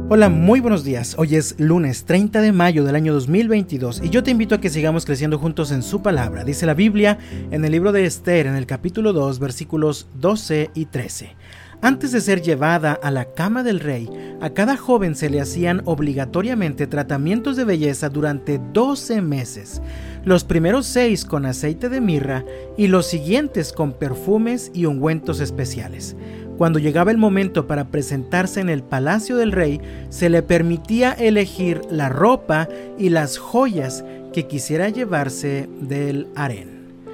Hola, muy buenos días. Hoy es lunes 30 de mayo del año 2022 y yo te invito a que sigamos creciendo juntos en su palabra. Dice la Biblia en el libro de Esther, en el capítulo 2, versículos 12 y 13. Antes de ser llevada a la cama del rey, a cada joven se le hacían obligatoriamente tratamientos de belleza durante 12 meses. Los primeros 6 con aceite de mirra y los siguientes con perfumes y ungüentos especiales. Cuando llegaba el momento para presentarse en el palacio del rey, se le permitía elegir la ropa y las joyas que quisiera llevarse del harén.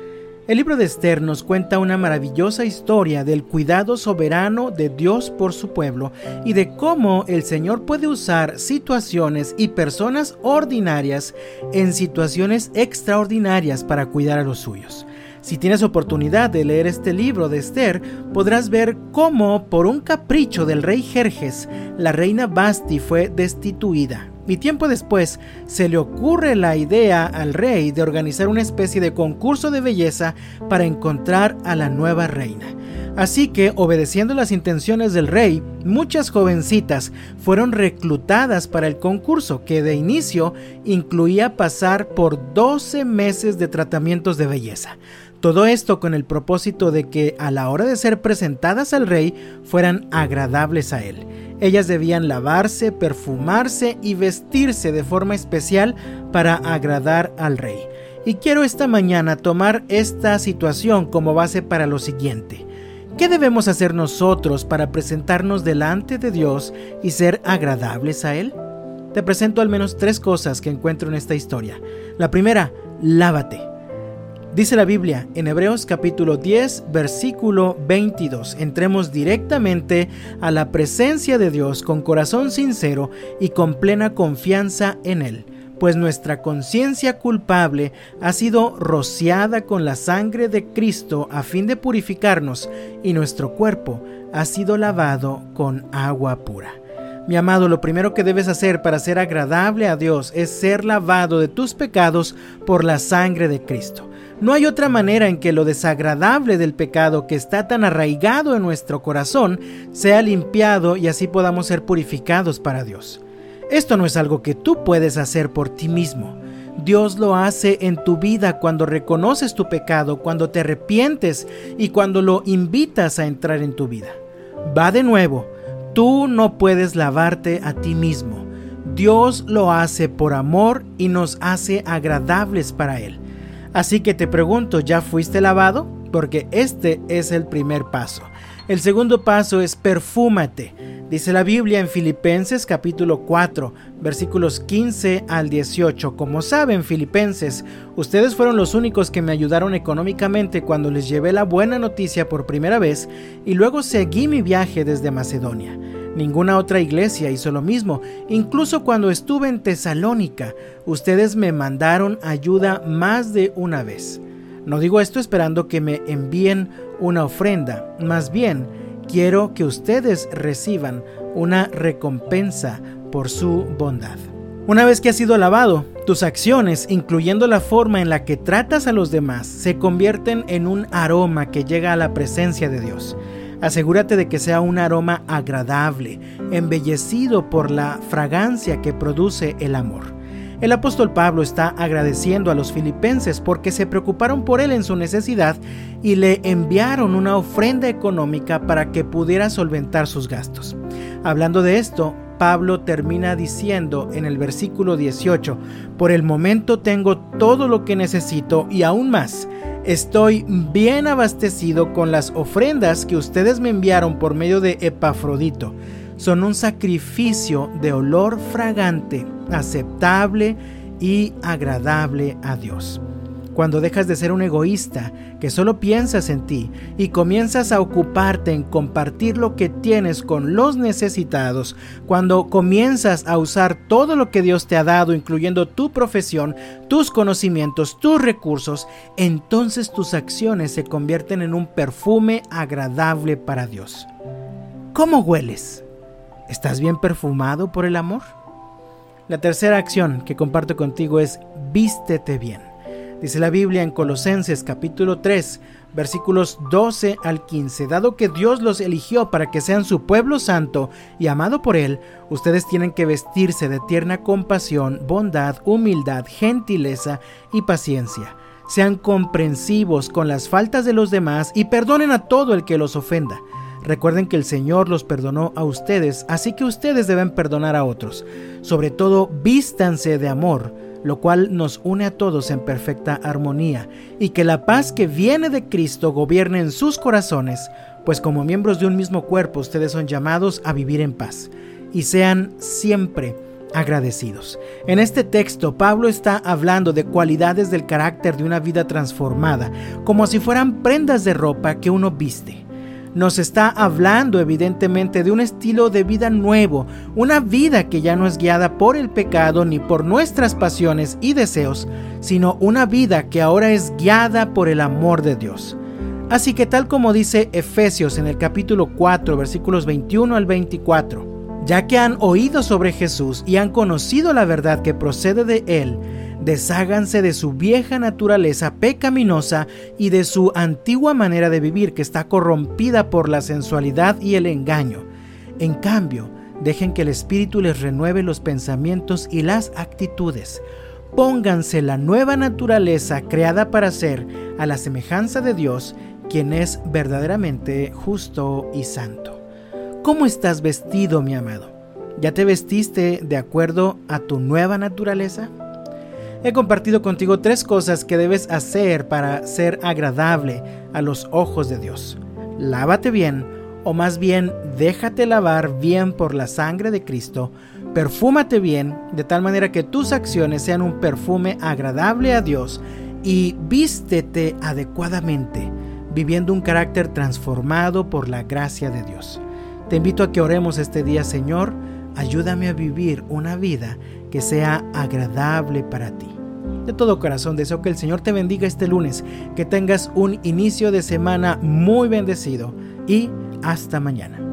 El libro de Esther nos cuenta una maravillosa historia del cuidado soberano de Dios por su pueblo y de cómo el Señor puede usar situaciones y personas ordinarias en situaciones extraordinarias para cuidar a los suyos. Si tienes oportunidad de leer este libro de Esther, podrás ver cómo, por un capricho del rey Jerjes, la reina Vasti fue destituida. Y tiempo después, se le ocurre la idea al rey de organizar una especie de concurso de belleza para encontrar a la nueva reina. Así que, obedeciendo las intenciones del rey, muchas jovencitas fueron reclutadas para el concurso, que de inicio incluía pasar por 12 meses de tratamientos de belleza. Todo esto con el propósito de que a la hora de ser presentadas al rey fueran agradables a él. Ellas debían lavarse, perfumarse y vestirse de forma especial para agradar al rey. Y quiero esta mañana tomar esta situación como base para lo siguiente. ¿Qué debemos hacer nosotros para presentarnos delante de Dios y ser agradables a Él? Te presento al menos 3 cosas que encuentro en esta historia. La primera, lávate. Dice la Biblia en Hebreos capítulo 10, versículo 22. Entremos directamente a la presencia de Dios con corazón sincero y con plena confianza en Él, pues nuestra conciencia culpable ha sido rociada con la sangre de Cristo a fin de purificarnos, y nuestro cuerpo ha sido lavado con agua pura. Mi amado, lo primero que debes hacer para ser agradable a Dios es ser lavado de tus pecados por la sangre de Cristo. No hay otra manera en que lo desagradable del pecado que está tan arraigado en nuestro corazón sea limpiado y así podamos ser purificados para Dios. Esto no es algo que tú puedes hacer por ti mismo. Dios lo hace en tu vida cuando reconoces tu pecado, cuando te arrepientes y cuando lo invitas a entrar en tu vida. Va de nuevo, tú no puedes lavarte a ti mismo. Dios lo hace por amor y nos hace agradables para Él. Así que te pregunto, ¿ya fuiste lavado? Porque este es el primer paso. El segundo paso es perfúmate. Dice la Biblia en Filipenses capítulo 4, versículos 15 al 18. Como saben, Filipenses, ustedes fueron los únicos que me ayudaron económicamente cuando les llevé la buena noticia por primera vez y luego seguí mi viaje desde Macedonia. Ninguna otra iglesia hizo lo mismo. Incluso cuando estuve en Tesalónica, ustedes me mandaron ayuda más de una vez. No digo esto esperando que me envíen una ofrenda, más bien quiero que ustedes reciban una recompensa por su bondad. Una vez que has sido lavado, tus acciones, incluyendo la forma en la que tratas a los demás, se convierten en un aroma que llega a la presencia de Dios. Asegúrate de que sea un aroma agradable, embellecido por la fragancia que produce el amor. El apóstol Pablo está agradeciendo a los filipenses porque se preocuparon por él en su necesidad y le enviaron una ofrenda económica para que pudiera solventar sus gastos. Hablando de esto, Pablo termina diciendo en el versículo 18, por el momento tengo todo lo que necesito y aún más. Estoy bien abastecido con las ofrendas que ustedes me enviaron por medio de Epafrodito. Son un sacrificio de olor fragante, aceptable y agradable a Dios. Cuando dejas de ser un egoísta que solo piensas en ti y comienzas a ocuparte en compartir lo que tienes con los necesitados, cuando comienzas a usar todo lo que Dios te ha dado, incluyendo tu profesión, tus conocimientos, tus recursos, entonces tus acciones se convierten en un perfume agradable para Dios. ¿Cómo hueles? ¿Estás bien perfumado por el amor? La tercera acción que comparto contigo es vístete bien. Dice la Biblia en Colosenses capítulo 3, versículos 12 al 15, dado que Dios los eligió para que sean su pueblo santo y amado por Él, ustedes tienen que vestirse de tierna compasión, bondad, humildad, gentileza y paciencia. Sean comprensivos con las faltas de los demás y perdonen a todo el que los ofenda. Recuerden que el Señor los perdonó a ustedes, así que ustedes deben perdonar a otros. Sobre todo, vístanse de amor, lo cual nos une a todos en perfecta armonía, y que la paz que viene de Cristo gobierne en sus corazones, pues como miembros de un mismo cuerpo ustedes son llamados a vivir en paz, y sean siempre agradecidos. En este texto, Pablo está hablando de cualidades del carácter de una vida transformada, como si fueran prendas de ropa que uno viste. Nos está hablando evidentemente de un estilo de vida nuevo, una vida que ya no es guiada por el pecado ni por nuestras pasiones y deseos, sino una vida que ahora es guiada por el amor de Dios. Así que tal como dice Efesios en el capítulo 4, versículos 21 al 24, ya que han oído sobre Jesús y han conocido la verdad que procede de Él, desháganse de su vieja naturaleza pecaminosa y de su antigua manera de vivir que está corrompida por la sensualidad y el engaño. En cambio, dejen que el Espíritu les renueve los pensamientos y las actitudes. Pónganse la nueva naturaleza creada para ser a la semejanza de Dios, quien es verdaderamente justo y santo. ¿Cómo estás vestido, mi amado? ¿Ya te vestiste de acuerdo a tu nueva naturaleza? He compartido contigo 3 cosas que debes hacer para ser agradable a los ojos de Dios. Lávate bien, o más bien déjate lavar bien por la sangre de Cristo. Perfúmate bien, de tal manera que tus acciones sean un perfume agradable a Dios. Y vístete adecuadamente, viviendo un carácter transformado por la gracia de Dios. Te invito a que oremos este día. Señor, ayúdame a vivir una vida que sea agradable para ti. De todo corazón deseo que el Señor te bendiga este lunes, que tengas un inicio de semana muy bendecido y hasta mañana.